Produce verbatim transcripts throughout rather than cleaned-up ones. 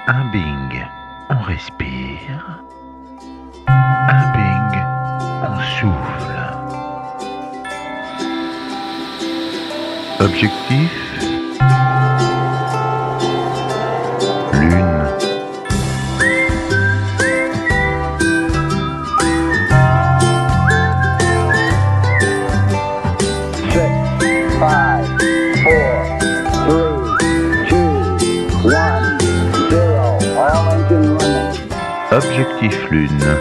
Un bing, on respire. Un bing, on souffle. Objectif, lune. Six, five, four, three, two, one, zero. All engine running. Objectif lune.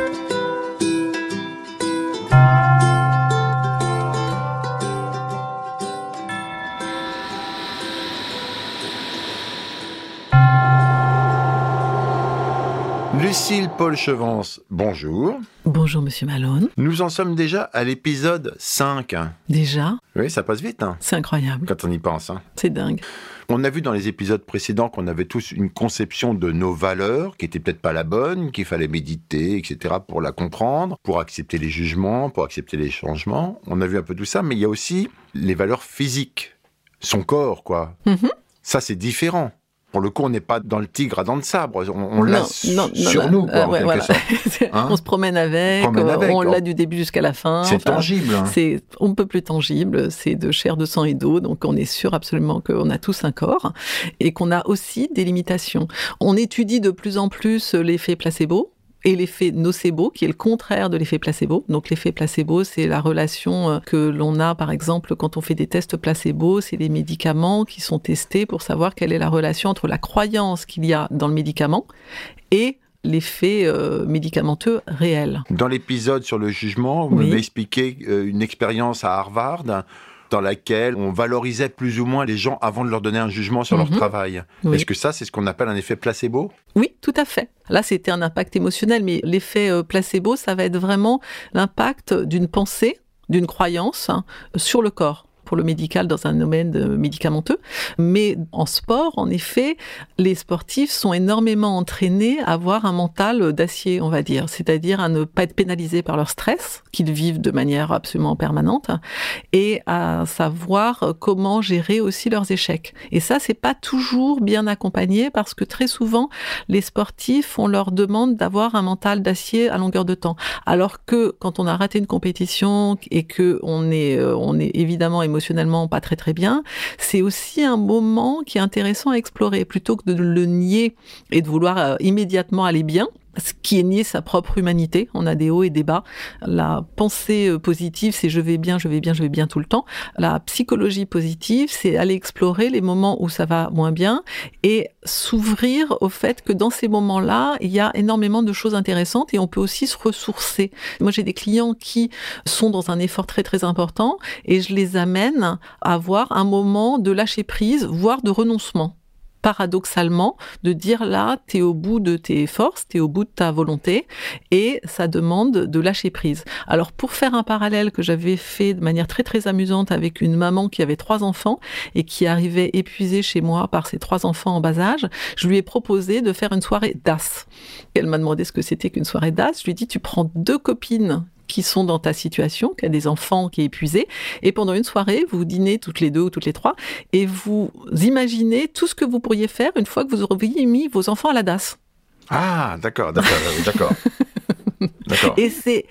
Lucille Paul Chevance, bonjour. Bonjour Monsieur Malone. Nous en sommes déjà à l'épisode cinq. Déjà, Oui, ça passe vite, hein, c'est incroyable, quand on y pense. Hein. c'est dingue. On a vu dans les épisodes précédents qu'on avait tous une conception de nos valeurs qui était peut-être pas la bonne, qu'il fallait méditer, et cetera pour la comprendre, pour accepter les jugements, pour accepter les changements. On a vu un peu tout ça, mais il y a aussi les valeurs physiques, son corps, quoi. Mhm. Ça, c'est différent. Pour le coup, on n'est pas dans le tigre à dents de sabre. On, on l'a Non, su- non, non, sur non, nous, quoi, euh, en ouais, quelque voilà. sorte. Hein On se promène avec, Promène euh, avec, on hein. l'a du début jusqu'à la fin. C'est Enfin, tangible. Hein. C'est un peu plus tangible, c'est de chair, de sang et d'eau, donc on est sûr absolument qu'on a tous un corps et qu'on a aussi des limitations. On étudie de plus en plus l'effet placebo et l'effet nocebo, qui est le contraire de l'effet placebo. Donc l'effet placebo, c'est la relation que l'on a, par exemple, quand on fait des tests placebo, c'est les médicaments qui sont testés pour savoir quelle est la relation entre la croyance qu'il y a dans le médicament et l'effet euh, médicamenteux réel. Dans l'épisode sur le jugement, vous Oui. m'avez expliqué euh, une expérience à Harvard dans laquelle on valorisait plus ou moins les gens avant de leur donner un jugement sur leur Mhm. travail. Oui. Est-ce que ça, c'est ce qu'on appelle un effet placebo ? Oui, tout à fait. Là, c'était un impact émotionnel, mais l'effet euh, placebo, ça va être vraiment l'impact d'une pensée, d'une croyance hein, sur le corps, pour le médical dans un domaine euh, médicamenteux. Mais en sport, en effet, les sportifs sont énormément entraînés à avoir un mental d'acier, on va dire, c'est-à-dire à ne pas être pénalisés par leur stress, qu'ils vivent de manière absolument permanente, et à savoir comment gérer aussi leurs échecs. Et ça, c'est pas toujours bien accompagné parce que très souvent, les sportifs, on leur demande d'avoir un mental d'acier à longueur de temps. Alors que quand on a raté une compétition et que on est, euh, on est évidemment émotionnellement pas très très bien, c'est aussi un moment qui est intéressant à explorer plutôt que de le nier et de vouloir euh, immédiatement aller bien. Ce qui est nier sa propre humanité. On a des hauts et des bas. La pensée euh, positive, c'est je vais bien, je vais bien, je vais bien tout le temps. La psychologie positive, c'est aller explorer les moments où ça va moins bien et s'ouvrir au fait que dans ces moments-là, il y a énormément de choses intéressantes et on peut aussi se ressourcer. Moi, j'ai des clients qui sont dans un effort très très important et je les amène à avoir un moment de lâcher prise, voire de renoncement. Paradoxalement, de dire là, t'es au bout de tes forces, t'es au bout de ta volonté, et ça demande de lâcher prise. Alors, pour faire un parallèle que j'avais fait de manière très très amusante avec une maman qui avait trois enfants et qui arrivait épuisée chez moi par ses trois enfants en bas âge, je lui ai proposé de faire une soirée D A S. Elle m'a demandé ce que c'était qu'une soirée D A S. Je lui ai dit, tu prends deux copines qui sont dans ta situation, qui a des enfants, qui est épuisé, et pendant une soirée, vous dînez toutes les deux ou toutes les trois, et vous imaginez tout ce que vous pourriez faire une fois que vous auriez mis vos enfants à la D A S. Ah, d'accord, d'accord, euh, d'accord. d'accord. Et c'est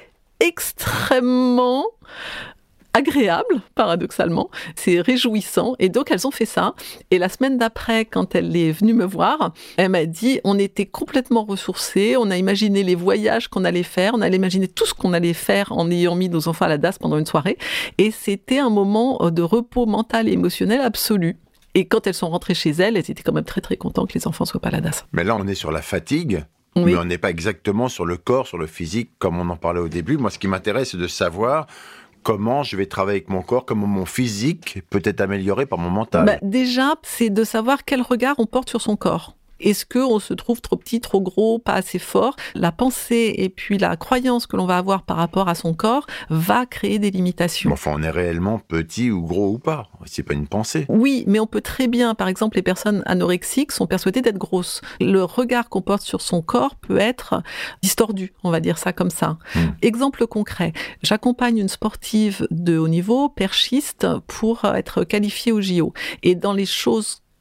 extrêmement agréable, paradoxalement, c'est réjouissant, et donc elles ont fait ça, et la semaine d'après, quand elle est venue me voir, elle m'a dit, on était complètement ressourcés, on a imaginé les voyages qu'on allait faire, on allait imaginer tout ce qu'on allait faire en ayant mis nos enfants à la D A S pendant une soirée, et c'était un moment de repos mental et émotionnel absolu. Et quand elles sont rentrées chez elles, elles étaient quand même très très contentes que les enfants soient pas à la D A S. Mais là, on est sur la fatigue, Oui. mais on n'est pas exactement sur le corps, sur le physique, comme on en parlait au début. Moi, ce qui m'intéresse, c'est de savoir comment je vais travailler avec mon corps, comment mon physique peut être amélioré par mon mental. Bah, déjà, c'est de savoir quel regard on porte sur son corps. Est-ce qu'on se trouve trop petit, trop gros, pas assez fort ? La pensée et puis la croyance que l'on va avoir par rapport à son corps va créer des limitations. Mais enfin, on est réellement petit ou gros ou pas. C'est pas une pensée. Oui, mais on peut très bien, par exemple, les personnes anorexiques sont persuadées d'être grosses. Le regard qu'on porte sur son corps peut être distordu, on va dire ça comme ça. Mmh. Exemple concret, j'accompagne une sportive de haut niveau, perchiste, pour être qualifiée au J O. Et dans les choses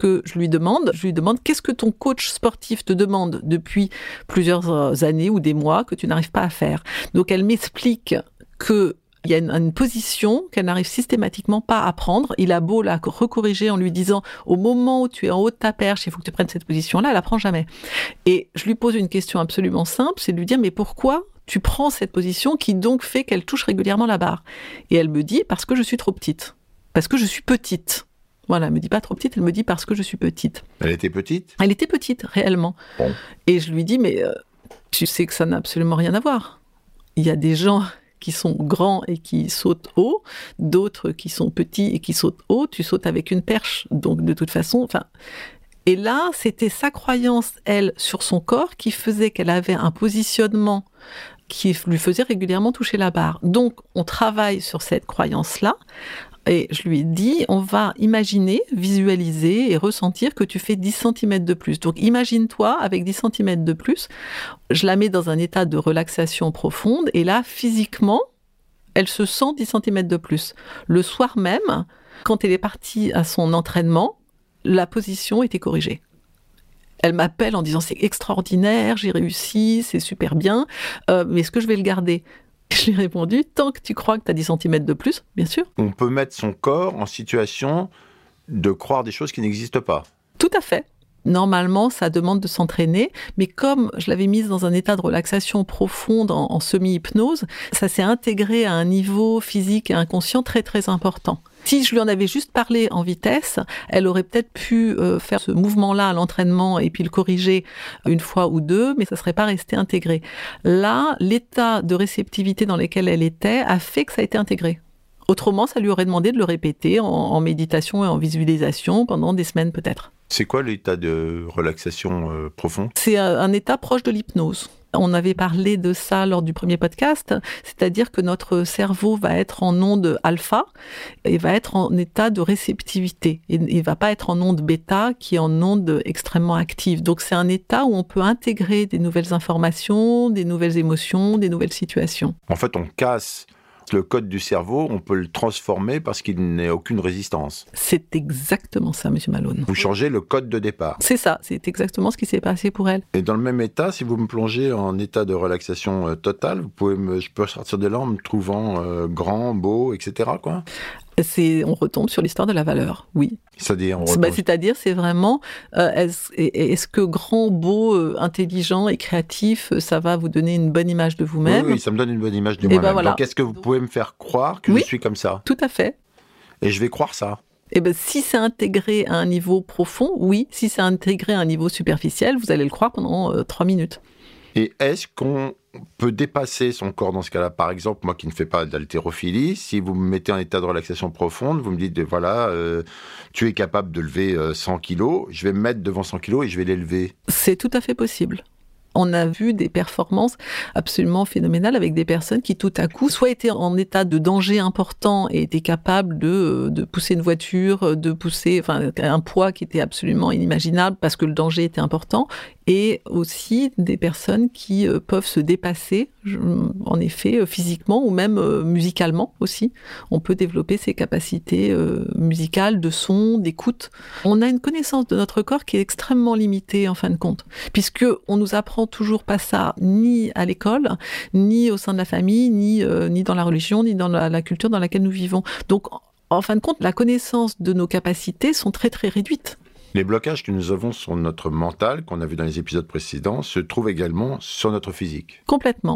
que je lui demande, je lui demande qu'est-ce que ton coach sportif te demande depuis plusieurs années ou des mois que tu n'arrives pas à faire. Donc elle m'explique que il y a une, une position qu'elle n'arrive systématiquement pas à prendre. Il a beau la recorriger en lui disant au moment où tu es en haut de ta perche, il faut que tu prennes cette position-là, elle la prend jamais. Et je lui pose une question absolument simple, c'est de lui dire mais pourquoi tu prends cette position qui donc fait qu'elle touche régulièrement la barre? Et elle me dit parce que je suis trop petite, parce que je suis petite. Voilà, elle me dit pas trop petite, elle me dit parce que je suis petite. Elle était petite ? Elle était petite, réellement. Bon. Et je lui dis mais euh, tu sais que ça n'a absolument rien à voir. Il y a des gens qui sont grands et qui sautent haut, d'autres qui sont petits et qui sautent haut, tu sautes avec une perche. Donc, de toute façon, enfin... Et là, c'était sa croyance, elle, sur son corps, qui faisait qu'elle avait un positionnement qui lui faisait régulièrement toucher la barre. Donc, on travaille sur cette croyance-là, et je lui ai dit, on va imaginer, visualiser et ressentir que tu fais dix centimètres de plus. Donc, imagine-toi avec dix centimètres de plus. Je la mets dans un état de relaxation profonde. Et là, physiquement, elle se sent dix centimètres de plus. Le soir même, quand elle est partie à son entraînement, la position était corrigée. Elle m'appelle en disant, c'est extraordinaire, j'ai réussi, c'est super bien, euh, mais est-ce que je vais le garder ? Je lui ai répondu, tant que tu crois que tu as dix centimètres de plus, bien sûr. On peut mettre son corps en situation de croire des choses qui n'existent pas. Tout à fait. Normalement, ça demande de s'entraîner, mais comme je l'avais mise dans un état de relaxation profonde en, en semi-hypnose, ça s'est intégré à un niveau physique et inconscient très très important. Si je lui en avais juste parlé en vitesse, elle aurait peut-être pu euh, faire ce mouvement-là à l'entraînement et puis le corriger une fois ou deux, mais ça ne serait pas resté intégré. Là, l'état de réceptivité dans lequel elle était a fait que ça a été intégré. Autrement, ça lui aurait demandé de le répéter en, en méditation et en visualisation pendant des semaines peut-être. C'est quoi l'état de relaxation euh, profond ? C'est un, un état proche de l'hypnose. On avait parlé de ça lors du premier podcast, c'est-à-dire que notre cerveau va être en onde alpha et va être en état de réceptivité. Et il ne va pas être en onde bêta qui est en onde extrêmement active. Donc c'est un état où on peut intégrer des nouvelles informations, des nouvelles émotions, des nouvelles situations. En fait, on casse le code du cerveau, on peut le transformer parce qu'il n'y a aucune résistance. C'est exactement ça, Monsieur Malone. Vous changez le code de départ. C'est ça, c'est exactement ce qui s'est passé pour elle. Et dans le même état, si vous me plongez en état de relaxation euh, totale, vous pouvez me, je peux sortir de là en me trouvant euh, grand, beau, et cetera, quoi. C'est, on retombe sur l'histoire de la valeur, oui. C'est-à-dire, on c'est, retombe... bah, c'est-à-dire, c'est vraiment, euh, est-ce, est-ce que grand, beau, euh, intelligent et créatif, ça va vous donner une bonne image de vous-même ? Oui, oui, ça me donne une bonne image de Et moi-même. ben voilà. Donc, est-ce que vous pouvez me faire croire que Oui, je suis comme ça ? Tout à fait. Et je vais croire ça. Et ben, si c'est intégré à un niveau profond, oui. Si c'est intégré à un niveau superficiel, vous allez le croire pendant euh, trois minutes. Et est-ce qu'on peut dépasser son corps dans ce cas-là ? Par exemple, moi qui ne fais pas d'haltérophilie, si vous me mettez en état de relaxation profonde, vous me dites, voilà, euh, tu es capable de lever euh, cent kilos, je vais me mettre devant cent kilos et je vais les lever. C'est tout à fait possible. On a vu des performances absolument phénoménales avec des personnes qui tout à coup soit étaient en état de danger important et étaient capables de, de pousser une voiture, de pousser enfin, un poids qui était absolument inimaginable parce que le danger était important, et aussi des personnes qui euh, peuvent se dépasser, je, en effet, euh, physiquement ou même euh, musicalement aussi. On peut développer ces capacités euh, musicales, de son, d'écoute. On a une connaissance de notre corps qui est extrêmement limitée en fin de compte, puisque on nous apprend toujours pas ça, ni à l'école, ni au sein de la famille, ni, euh, ni dans la religion, ni dans la, la culture dans laquelle nous vivons. Donc, en fin de compte, la connaissance de nos capacités sont très très réduites. Les blocages que nous avons sur notre mental, qu'on a vu dans les épisodes précédents, se trouvent également sur notre physique. Complètement.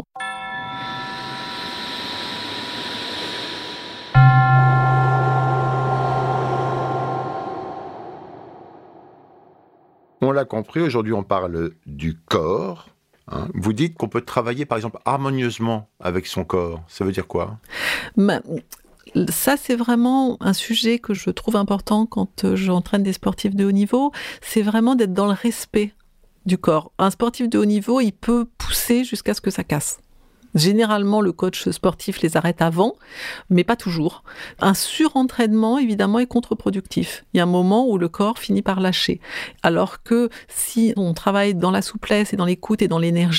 On l'a compris, aujourd'hui on parle du corps. Hein. Vous dites qu'on peut travailler par exemple harmonieusement avec son corps. Ça veut dire quoi ? Mais... Ça, c'est vraiment un sujet que je trouve important quand j'entraîne des sportifs de haut niveau. C'est vraiment d'être dans le respect du corps. Un sportif de haut niveau, il peut pousser jusqu'à ce que ça casse. Généralement, le coach sportif les arrête avant, mais pas toujours. Un surentraînement, évidemment, est contre-productif. Il y a un moment où le corps finit par lâcher. Alors que si on travaille dans la souplesse et dans l'écoute et dans l'énergie,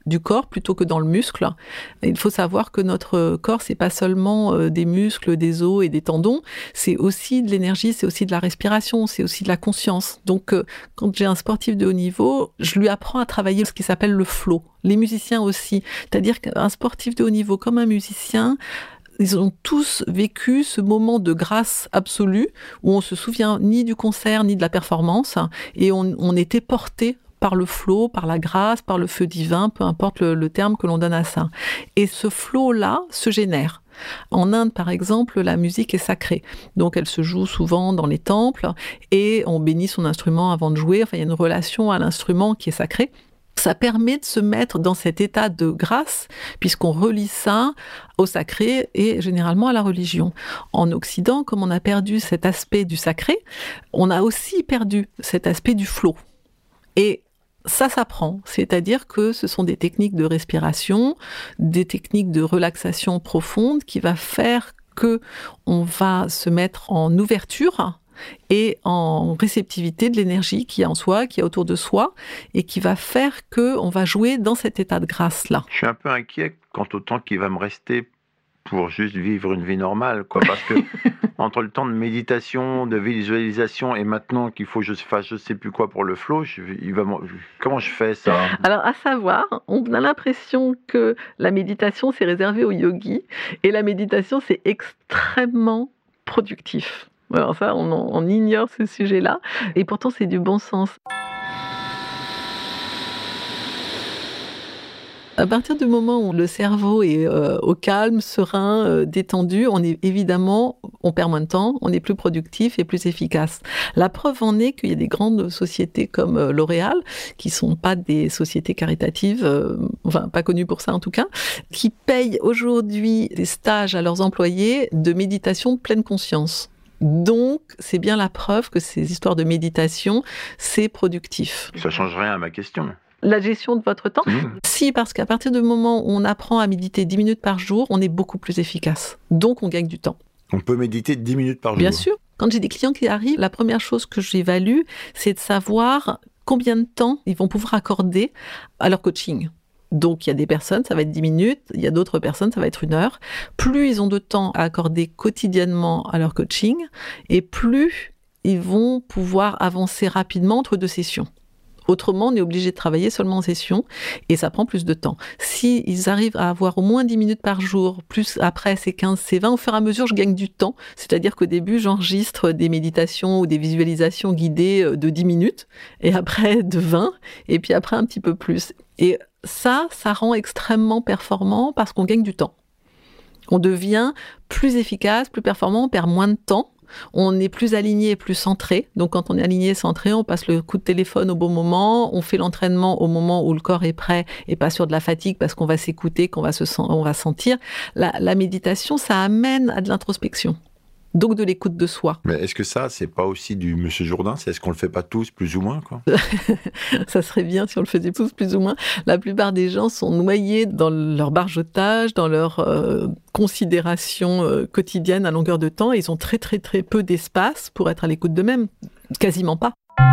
du corps plutôt que dans le muscle. Il faut savoir que notre corps, c'est pas seulement des muscles, des os et des tendons, c'est aussi de l'énergie, c'est aussi de la respiration, c'est aussi de la conscience. Donc, quand j'ai un sportif de haut niveau, je lui apprends à travailler ce qui s'appelle le flow. Les musiciens aussi. C'est-à-dire qu'un sportif de haut niveau comme un musicien, ils ont tous vécu ce moment de grâce absolue où on se souvient ni du concert ni de la performance et on, on était porté par le flow, par la grâce, par le feu divin, peu importe le, le terme que l'on donne à ça. Et ce flow-là se génère. En Inde, par exemple, la musique est sacrée. Donc, elle se joue souvent dans les temples et on bénit son instrument avant de jouer. Enfin, il y a une relation à l'instrument qui est sacrée. Ça permet de se mettre dans cet état de grâce, puisqu'on relie ça au sacré et généralement à la religion. En Occident, comme on a perdu cet aspect du sacré, on a aussi perdu cet aspect du flow. Et ça s'apprend, c'est-à-dire que ce sont des techniques de respiration, des techniques de relaxation profonde qui va faire que on va se mettre en ouverture et en réceptivité de l'énergie qui est en soi, qui est autour de soi, et qui va faire qu'on va jouer dans cet état de grâce-là. Je suis un peu inquiet quant au temps qui va me rester pour juste vivre une vie normale, quoi, parce que entre le temps de méditation, de visualisation, et maintenant qu'il faut que je fasse je sais plus quoi pour le flow, je, il va, comment je fais ça? Alors, à savoir, on a l'impression que la méditation, c'est réservé aux yogis, et la méditation, c'est extrêmement productif. Alors ça, on, on ignore ce sujet-là, et pourtant c'est du bon sens. À partir du moment où le cerveau est euh, au calme, serein, euh, détendu, on est évidemment, on perd moins de temps, on est plus productif et plus efficace. La preuve en est qu'il y a des grandes sociétés comme euh, L'Oréal, qui sont pas des sociétés caritatives, euh, enfin pas connues pour ça en tout cas, qui payent aujourd'hui des stages à leurs employés de méditation de pleine conscience. Donc, c'est bien la preuve que ces histoires de méditation, c'est productif. Ça change rien à ma question. La gestion de votre temps? Mmh. Si, parce qu'à partir du moment où on apprend à méditer dix minutes par jour, on est beaucoup plus efficace. Donc, on gagne du temps. On peut méditer dix minutes par jour? Bien sûr. Quand j'ai des clients qui arrivent, la première chose que j'évalue, c'est de savoir combien de temps ils vont pouvoir accorder à leur coaching. Donc, il y a des personnes, ça va être dix minutes, il y a d'autres personnes, ça va être une heure. Plus ils ont de temps à accorder quotidiennement à leur coaching, et plus ils vont pouvoir avancer rapidement entre deux sessions. Autrement, on est obligé de travailler seulement en session, et ça prend plus de temps. Si ils arrivent à avoir au moins dix minutes par jour, plus après c'est quinze, c'est vingt, au fur et à mesure, je gagne du temps. C'est-à-dire qu'au début, j'enregistre des méditations ou des visualisations guidées de dix minutes, et après de vingt, et puis après un petit peu plus. Et ça, ça rend extrêmement performant parce qu'on gagne du temps. On devient plus efficace, plus performant, on perd moins de temps, on est plus aligné et plus centré. Donc quand on est aligné et centré, on passe le coup de téléphone au bon moment, on fait l'entraînement au moment où le corps est prêt et pas sur de la fatigue parce qu'on va s'écouter, qu'on va se sen- on va sentir. La, la méditation, ça amène à de l'introspection. Donc de l'écoute de soi. Mais est-ce que ça, c'est pas aussi du Monsieur Jourdain? C'est est-ce qu'on le fait pas tous, plus ou moins, quoi? Ça serait bien si on le faisait tous, plus ou moins. La plupart des gens sont noyés dans leur barjotage, dans leur euh, considération euh, quotidienne à longueur de temps. Et ils ont très très très peu d'espace pour être à l'écoute d'eux-mêmes. Quasiment pas.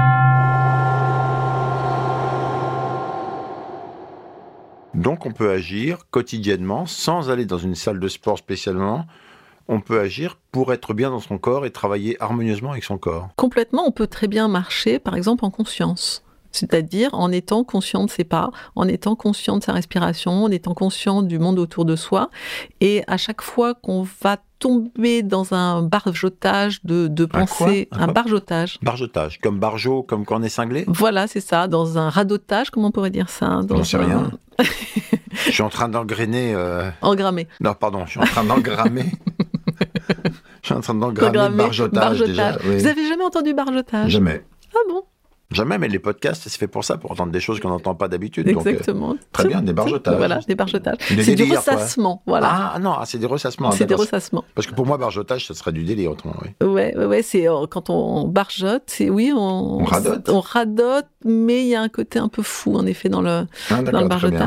Donc on peut agir quotidiennement, sans aller dans une salle de sport spécialement. On peut agir pour être bien dans son corps et travailler harmonieusement avec son corps. Complètement, on peut très bien marcher, par exemple, en conscience. C'est-à-dire en étant conscient de ses pas, en étant conscient de sa respiration, en étant conscient du monde autour de soi. Et à chaque fois qu'on va tomber dans un barjotage de, de pensée, un, un barjotage. Barjotage, comme barjot, comme quand on est cinglé? Voilà, c'est ça, dans un radotage, comment on pourrait dire ça? J'en sais un... rien. Je suis en train d'engrainer... Euh... Engrammer. Non, pardon, je suis en train d'engrammer... Je suis en train d'engrammer le barjotage, barjotage. Déjà. Oui. Vous avez jamais entendu barjotage? Jamais. Ah bon? Jamais, mais les podcasts, c'est fait pour ça, pour entendre des choses qu'on n'entend pas d'habitude. Exactement. Donc, euh, très bien, des barjotages. Voilà, des barjotages. Des c'est délire, du ressassement, quoi. voilà. Ah non, ah, c'est des ressassements. C'est des ressassements. Parce que pour moi, barjotage, ce serait du délire, autrement, oui. Ouais, ouais, ouais, c'est euh, quand on barjote, c'est oui, on, on radote. On radote, mais il y a un côté un peu fou, en effet, dans le, ah, dans le barjotage.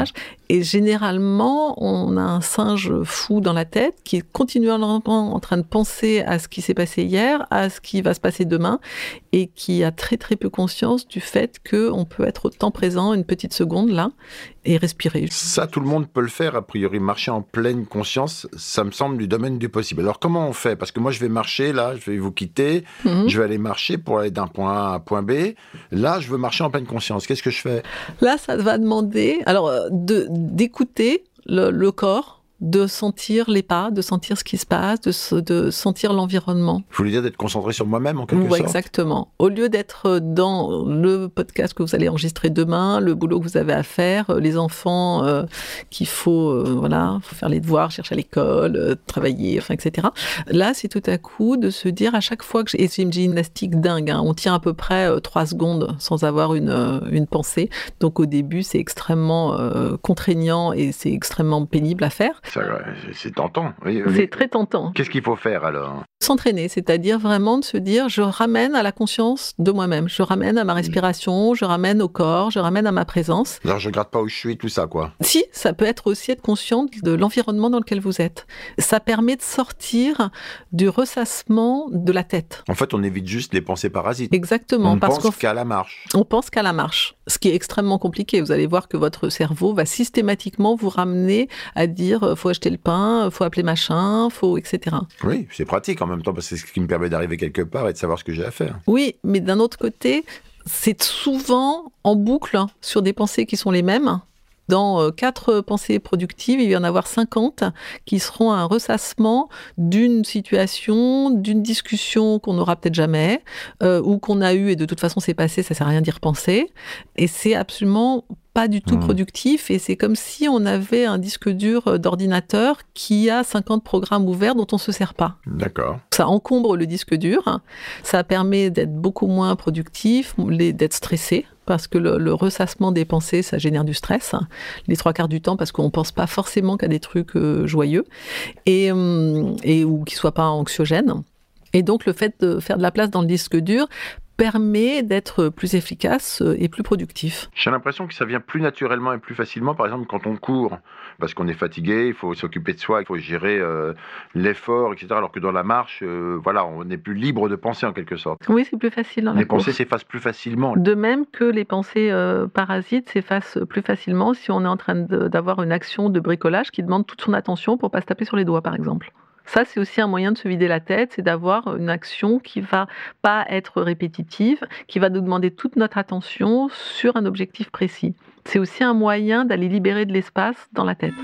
Et généralement, on a un singe fou dans la tête qui est continuellement en train de penser à ce qui s'est passé hier, à ce qui va se passer demain, et qui a très très peu conscience du fait qu'on peut être autant présent une petite seconde là, et respirer. Ça, tout le monde peut le faire, a priori. Marcher en pleine conscience, ça me semble du domaine du possible. Alors, comment on fait ? Parce que moi, je vais marcher, là, je vais vous quitter, mmh. je vais aller marcher pour aller d'un point A à un point B. Là, je veux marcher en pleine conscience. Qu'est-ce que je fais ? Là, ça va demander alors, de, d'écouter le, le corps, de sentir les pas, de sentir ce qui se passe, de, de sentir l'environnement. Vous voulez dire d'être concentré sur moi-même, en quelque oui, sorte ? Exactement. Au lieu d'être dans le podcast que vous allez enregistrer demain, le boulot que vous avez à faire, les enfants euh, qu'il faut, euh, voilà, faut faire les devoirs, chercher à l'école, euh, travailler, enfin, et cetera. Là, c'est tout à coup de se dire à chaque fois que j'ai, et c'est une gymnastique dingue, hein, on tient à peu près euh, trois secondes sans avoir une, euh, une pensée. Donc au début, c'est extrêmement euh, contraignant et c'est extrêmement pénible à faire. Ça, c'est tentant. Oui, c'est très tentant. Qu'est-ce qu'il faut faire alors ? S'entraîner, c'est-à-dire vraiment de se dire je ramène à la conscience de moi-même, je ramène à ma respiration, je ramène au corps, je ramène à ma présence. Alors je regarde pas où je suis, tout ça quoi. Si, ça peut être aussi être conscient de l'environnement dans lequel vous êtes. Ça permet de sortir du ressassement de la tête. En fait, on évite juste les pensées parasites. Exactement. On ne parce pense qu'à la marche. On pense qu'à la marche, ce qui est extrêmement compliqué. Vous allez voir que votre cerveau va systématiquement vous ramener à dire faut acheter le pain, faut appeler machin, faut et cetera. Oui, c'est pratique en même temps parce que c'est ce qui me permet d'arriver quelque part et de savoir ce que j'ai à faire. Oui, mais d'un autre côté, c'est souvent en boucle sur des pensées qui sont les mêmes. Dans quatre pensées productives, il va y en avoir cinquante qui seront un ressassement d'une situation, d'une discussion qu'on n'aura peut-être jamais, euh, ou qu'on a eue et de toute façon c'est passé, ça ne sert à rien d'y repenser. Et c'est absolument pas du tout mmh. productif. Et c'est comme si on avait un disque dur d'ordinateur qui a cinquante programmes ouverts dont on ne se sert pas. D'accord. Ça encombre le disque dur, ça permet d'être beaucoup moins productif, d'être stressé. Parce que le, le ressassement des pensées, ça génère du stress, les trois quarts du temps, parce qu'on ne pense pas forcément qu'à des trucs euh, joyeux, et, euh, et, ou qui ne soient pas anxiogènes. Et donc, le fait de faire de la place dans le disque dur permet d'être plus efficace et plus productif. J'ai l'impression que ça vient plus naturellement et plus facilement, par exemple, quand on court, parce qu'on est fatigué, il faut s'occuper de soi, il faut gérer euh, l'effort, et cetera. Alors que dans la marche, euh, voilà, on est plus libre de penser en quelque sorte. Oui, c'est plus facile dans la Les course. pensées s'effacent plus facilement. De même que les pensées euh, parasites s'effacent plus facilement si on est en train de, d'avoir une action de bricolage qui demande toute son attention pour ne pas se taper sur les doigts, par exemple. Ça, c'est aussi un moyen de se vider la tête, c'est d'avoir une action qui ne va pas être répétitive, qui va nous demander toute notre attention sur un objectif précis. C'est aussi un moyen d'aller libérer de l'espace dans la tête.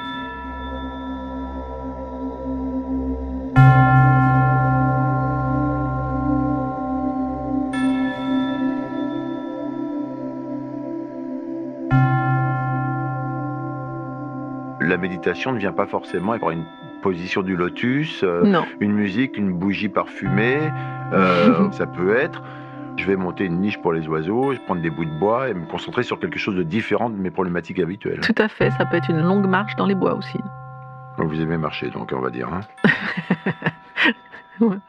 La méditation ne vient pas forcément par une position du lotus, euh, non. une musique, une bougie parfumée, euh, ça peut être. Je vais monter une niche pour les oiseaux, je vais prendre des bouts de bois et me concentrer sur quelque chose de différent de mes problématiques habituelles. Tout à fait, ça peut être une longue marche dans les bois aussi. Vous aimez marcher donc, on va dire. Hein. Ouais.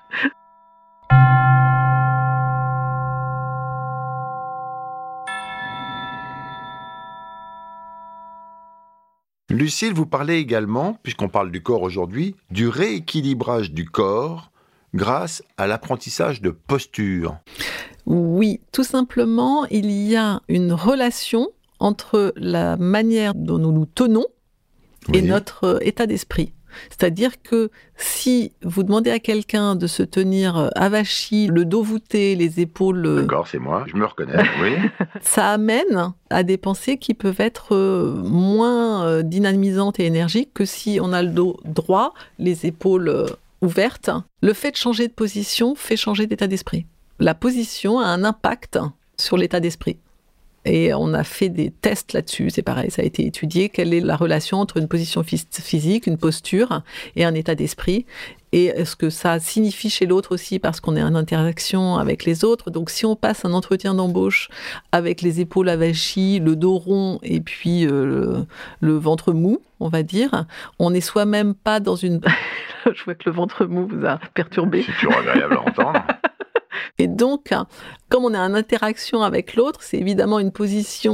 Lucile, vous parlez également, puisqu'on parle du corps aujourd'hui, du rééquilibrage du corps grâce à l'apprentissage de posture. Oui, tout simplement, il y a une relation entre la manière dont nous nous tenons oui. et notre état d'esprit. C'est-à-dire que si vous demandez à quelqu'un de se tenir avachi, le dos voûté, les épaules... D'accord, c'est moi, je me reconnais, oui. Ça amène à des pensées qui peuvent être moins dynamisantes et énergiques que si on a le dos droit, les épaules ouvertes. Le fait de changer de position fait changer d'état d'esprit. La position a un impact sur l'état d'esprit. Et on a fait des tests là-dessus, c'est pareil, ça a été étudié, quelle est la relation entre une position physique, une posture et un état d'esprit, et ce que ça signifie chez l'autre aussi, parce qu'on est en interaction avec les autres. Donc si on passe un entretien d'embauche avec les épaules avachies, le dos rond et puis euh, le, le ventre mou, on va dire, on n'est soi-même pas dans une... Je vois que le ventre mou vous a perturbé. C'est toujours agréable à entendre. Et donc, comme on est en interaction avec l'autre, c'est évidemment une position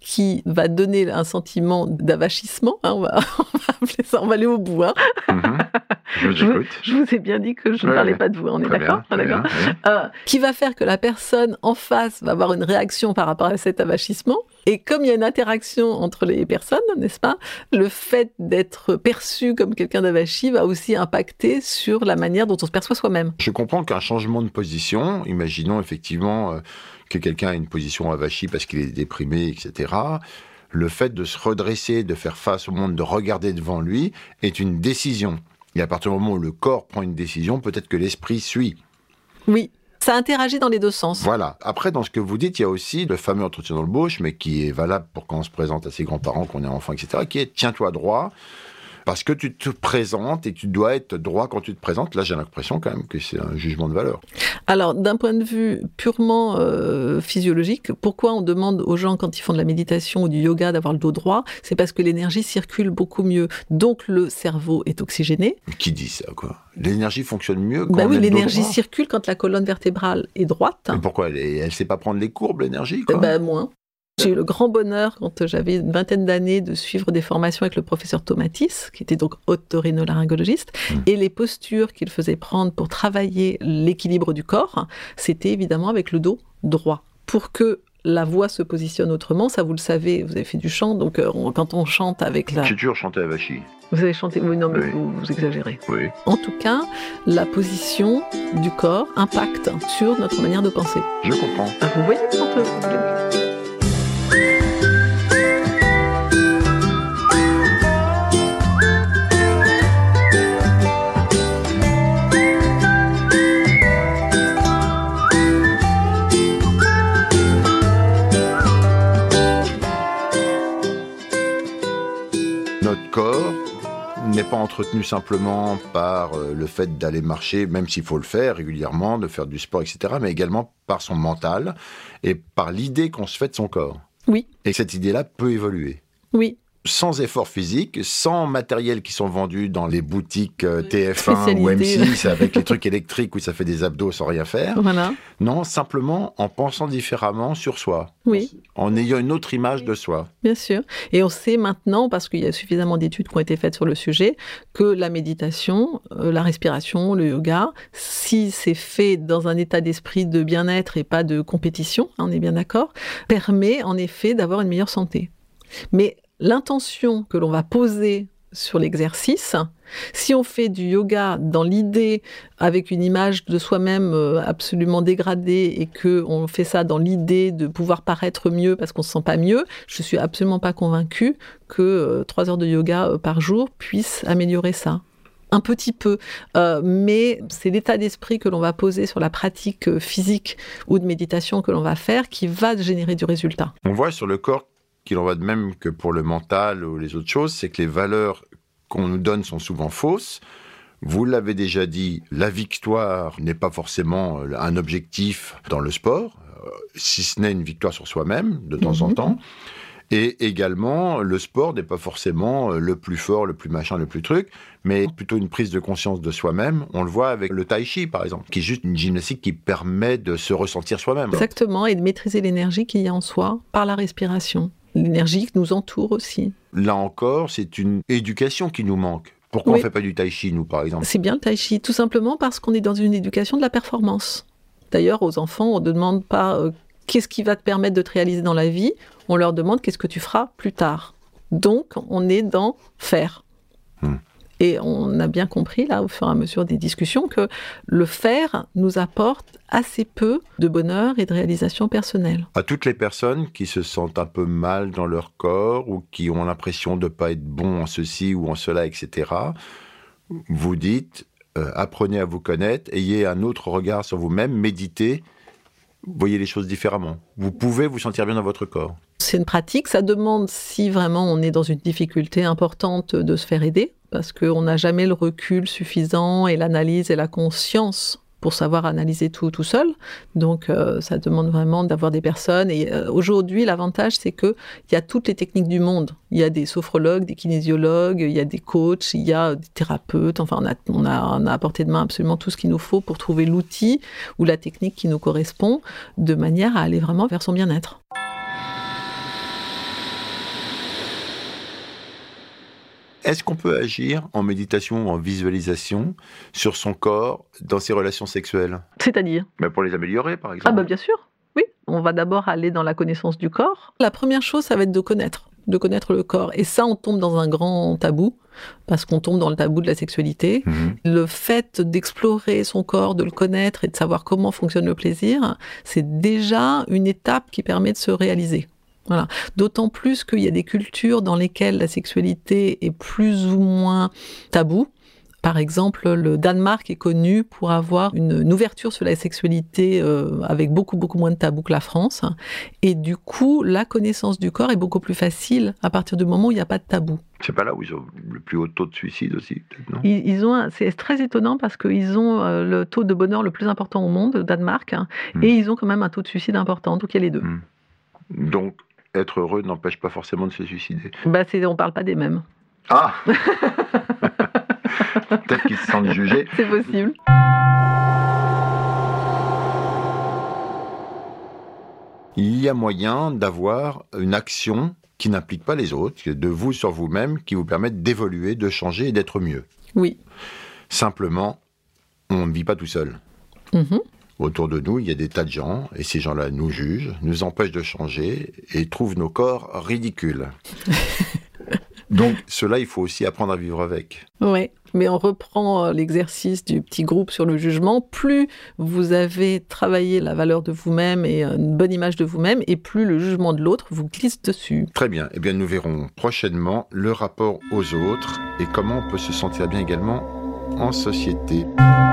qui va donner un sentiment d'avachissement. Hein, on, va, on va appeler ça, on va aller au bout. Hein. Mmh. Je vous Je vous, écoute. je vous ai bien dit que je ne Ouais, parlais ouais. pas de vous, on est Très d'accord, bien, très d'accord bien, oui. Euh, Qui va faire que la personne en face va avoir une réaction par rapport à cet avachissement. Et comme il y a une interaction entre les personnes, n'est-ce pas, le fait d'être perçu comme quelqu'un d'avachi va aussi impacter sur la manière dont on se perçoit soi-même. Je comprends qu'un changement de position, imaginons effectivement euh, que quelqu'un a une position avachie parce qu'il est déprimé, et cetera, le fait de se redresser, de faire face au monde, de regarder devant lui, est une décision. Et à partir du moment où le corps prend une décision, peut-être que l'esprit suit. Oui, ça interagit dans les deux sens. Voilà. Après, dans ce que vous dites, il y a aussi le fameux entretien d'embauche, mais qui est valable pour quand on se présente à ses grands-parents, qu'on est enfant, et cetera, qui est « tiens-toi droit ». Parce que tu te présentes et tu dois être droit quand tu te présentes. Là, j'ai l'impression quand même que c'est un jugement de valeur. Alors, d'un point de vue purement euh, physiologique, pourquoi on demande aux gens, quand ils font de la méditation ou du yoga, d'avoir le dos droit ? C'est parce que l'énergie circule beaucoup mieux. Donc, le cerveau est oxygéné. Qui dit ça, quoi ? L'énergie fonctionne mieux quand Bah on oui, est le dos l'énergie droit. circule quand la colonne vertébrale est droite. Mais pourquoi ? Elle ne sait pas prendre les courbes, l'énergie, quoi. Eh ben, moins. J'ai eu le grand bonheur, quand j'avais une vingtaine d'années, de suivre des formations avec le professeur Tomatis, qui était donc otorhinolaryngologiste, mmh. et les postures qu'il faisait prendre pour travailler l'équilibre du corps, c'était évidemment avec le dos droit. Pour que la voix se positionne autrement, ça vous le savez, vous avez fait du chant, donc euh, on, quand on chante avec la... J'ai toujours chanté à Vachy. Vous avez chanté, oui, non mais Oui. vous, vous exagérez. Oui. En tout cas, la position du corps impacte sur notre manière de penser. Je comprends. Ah, vous voyez quand euh, Notre corps n'est pas entretenu simplement par euh, le fait d'aller marcher, même s'il faut le faire régulièrement, de faire du sport, et cetera, mais également par son mental et par l'idée qu'on se fait de son corps. Oui. Et que cette idée-là peut évoluer. Oui. Sans effort physique, sans matériel qui sont vendus dans les boutiques euh, T F un ou M Spécialité. six avec les trucs électriques où ça fait des abdos sans rien faire. Voilà. Non, simplement en pensant différemment sur soi. Oui. En ayant une autre image de soi. Bien sûr. Et on sait maintenant, parce qu'il y a suffisamment d'études qui ont été faites sur le sujet, que la méditation, euh, la respiration, le yoga, si c'est fait dans un état d'esprit de bien-être et pas de compétition, hein, on est bien d'accord, permet en effet d'avoir une meilleure santé. Mais l'intention que l'on va poser sur l'exercice, si on fait du yoga dans l'idée avec une image de soi-même absolument dégradée et qu'on fait ça dans l'idée de pouvoir paraître mieux parce qu'on ne se sent pas mieux, je ne suis absolument pas convaincue que trois heures de yoga par jour puissent améliorer ça. Un petit peu, euh, mais c'est l'état d'esprit que l'on va poser sur la pratique physique ou de méditation que l'on va faire qui va générer du résultat. On voit sur le corps qu'il en va de même que pour le mental ou les autres choses, c'est que les valeurs qu'on nous donne sont souvent fausses. Vous l'avez déjà dit, la victoire n'est pas forcément un objectif dans le sport, si ce n'est une victoire sur soi-même, de temps mmh. en temps. Et également, le sport n'est pas forcément le plus fort, le plus machin, le plus truc, mais plutôt une prise de conscience de soi-même. On le voit avec le tai chi, par exemple, qui est juste une gymnastique qui permet de se ressentir soi-même. Exactement, et de maîtriser l'énergie qu'il y a en soi par la respiration. L'énergie qui nous entoure aussi. Là encore, c'est une éducation qui nous manque. Pourquoi oui. on ne fait pas du tai chi, nous, par exemple ? C'est bien le tai chi, tout simplement parce qu'on est dans une éducation de la performance. D'ailleurs, aux enfants, on ne demande pas euh, qu'est-ce qui va te permettre de te réaliser dans la vie, on leur demande qu'est-ce que tu feras plus tard. Donc, on est dans faire. Hmm. Et on a bien compris, là, au fur et à mesure des discussions, que le faire nous apporte assez peu de bonheur et de réalisation personnelle. À toutes les personnes qui se sentent un peu mal dans leur corps ou qui ont l'impression de ne pas être bon en ceci ou en cela, et cetera, vous dites, euh, apprenez à vous connaître, ayez un autre regard sur vous-même, méditez, voyez les choses différemment. Vous pouvez vous sentir bien dans votre corps. C'est une pratique, ça demande, si vraiment on est dans une difficulté importante, de se faire aider, parce qu'on n'a jamais le recul suffisant et l'analyse et la conscience pour savoir analyser tout tout seul. Donc, euh, ça demande vraiment d'avoir des personnes. Et euh, aujourd'hui, l'avantage, c'est qu'il y a toutes les techniques du monde. Il y a des sophrologues, des kinésiologues, il y a des coachs, il y a des thérapeutes. Enfin, on a, on a, on a à portée de main absolument tout ce qu'il nous faut pour trouver l'outil ou la technique qui nous correspond, de manière à aller vraiment vers son bien-être. Est-ce qu'on peut agir en méditation ou en visualisation sur son corps dans ses relations sexuelles? C'est-à-dire? Mais pour les améliorer, par exemple. Ah bah bien sûr, oui. On va d'abord aller dans la connaissance du corps. La première chose, ça va être de connaître, de connaître le corps. Et ça, on tombe dans un grand tabou, parce qu'on tombe dans le tabou de la sexualité. Mmh. Le fait d'explorer son corps, de le connaître et de savoir comment fonctionne le plaisir, c'est déjà une étape qui permet de se réaliser. Voilà. D'autant plus qu'il y a des cultures dans lesquelles la sexualité est plus ou moins taboue. Par exemple, le Danemark est connu pour avoir une, une ouverture sur la sexualité euh, avec beaucoup, beaucoup moins de tabous que la France. Et du coup, la connaissance du corps est beaucoup plus facile à partir du moment où il n'y a pas de tabou. C'est pas là où ils ont le plus haut taux de suicide aussi, peut-être, non? Ils, ils ont un, c'est très étonnant parce qu'ils ont euh, le taux de bonheur le plus important au monde, au Danemark, hein, mmh. et ils ont quand même un taux de suicide important. Donc il y a les deux. Mmh. Donc, être heureux n'empêche pas forcément de se suicider. Bah, c'est, on ne parle pas des mêmes. Ah Peut-être qu'ils se sentent jugés. C'est possible. Il y a moyen d'avoir une action qui n'implique pas les autres, de vous sur vous-même, qui vous permettent d'évoluer, de changer et d'être mieux. Oui. Simplement, on ne vit pas tout seul. Mmh. Autour de nous, il y a des tas de gens, et ces gens-là nous jugent, nous empêchent de changer, et trouvent nos corps ridicules. Donc, cela, il faut aussi apprendre à vivre avec. Oui, mais on reprend l'exercice du petit groupe sur le jugement. Plus vous avez travaillé la valeur de vous-même et une bonne image de vous-même, et plus le jugement de l'autre vous glisse dessus. Très bien. Eh bien, nous verrons prochainement le rapport aux autres et comment on peut se sentir bien également en société.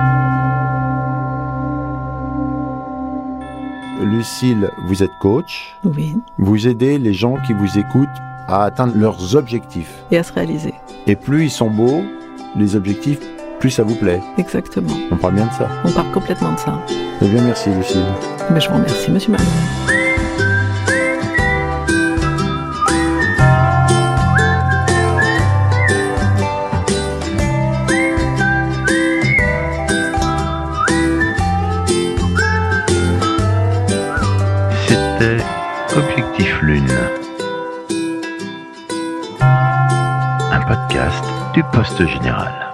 Lucille, vous êtes coach. Oui. Vous aidez les gens qui vous écoutent à atteindre leurs objectifs. Et à se réaliser. Et plus ils sont beaux, les objectifs, plus ça vous plaît. Exactement. On parle bien de ça. On parle complètement de ça. Eh bien, merci Lucille. Mais je vous remercie, monsieur Malone. C'était Objectif Lune, un podcast du Poste Général.